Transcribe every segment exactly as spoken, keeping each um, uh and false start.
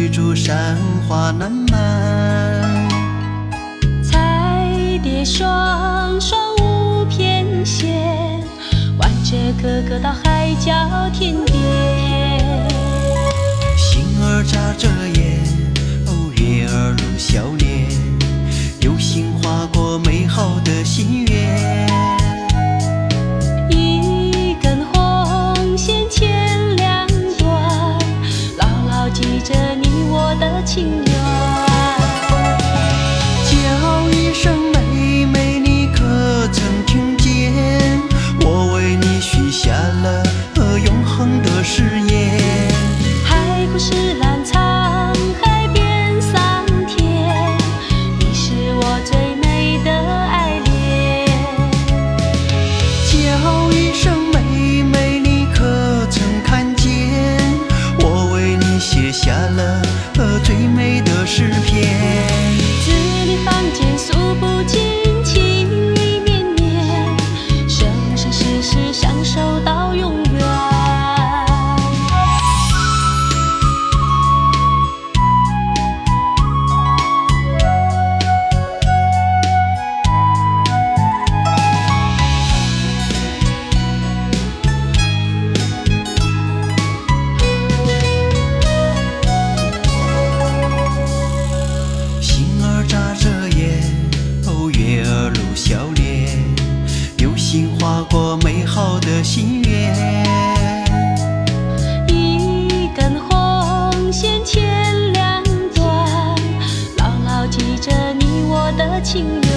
追逐山花难满。 彩蝶双双舞翩跹，挽着哥哥到海角天边。 星儿眨着眼，哦，月儿露笑脸，流星划过美好的心愿。 一根红线牵两端，牢牢记着你我的情缘。 叫一声妹妹，你可曾听见？我为你许下了永恒的誓言。 海枯石烂沧海变桑田，你是我最美的爱恋。 叫一声妹妹，你可曾看见？我为你写下了最美的诗篇。 字里行间诉不尽情意绵绵，生生世世相守到永远。 眨着眼，哦，月儿露笑脸，流星划过美好的心愿。 一根红线牵两端，牢牢记着你我的情缘。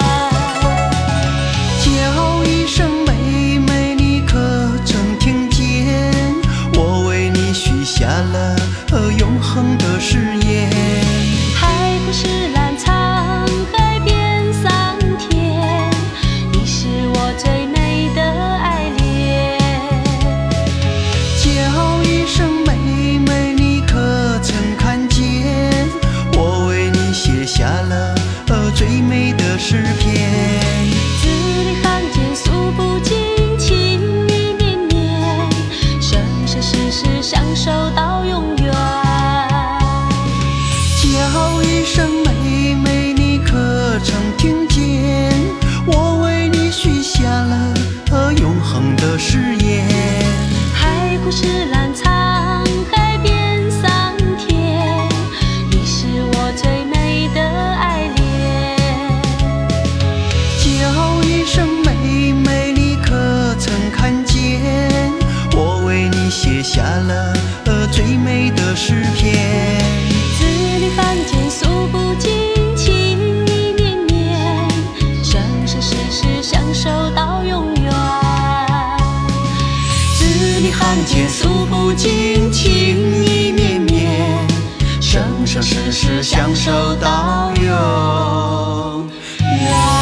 叫一声妹妹，你可曾听见？我为你许下了永恒的誓言。 海枯石烂沧海变桑田，你是我最美的爱恋。 叫一声妹妹，你可曾看见？我为你写下了最美的诗篇。 字里行间诉不尽情意绵绵，生生世世相守到永远。 叫一声妹妹，你可曾听见？我为你许下了永恒的誓言。 海枯石烂沧海变桑田，你是我最美的爱恋。 叫一声妹妹，你可曾看见？我为你写下了最美的诗篇。 字里行间诉不尽情意绵绵，生生世世相守到永远。 字里行间诉不尽情意绵绵，生生世世相守到永远。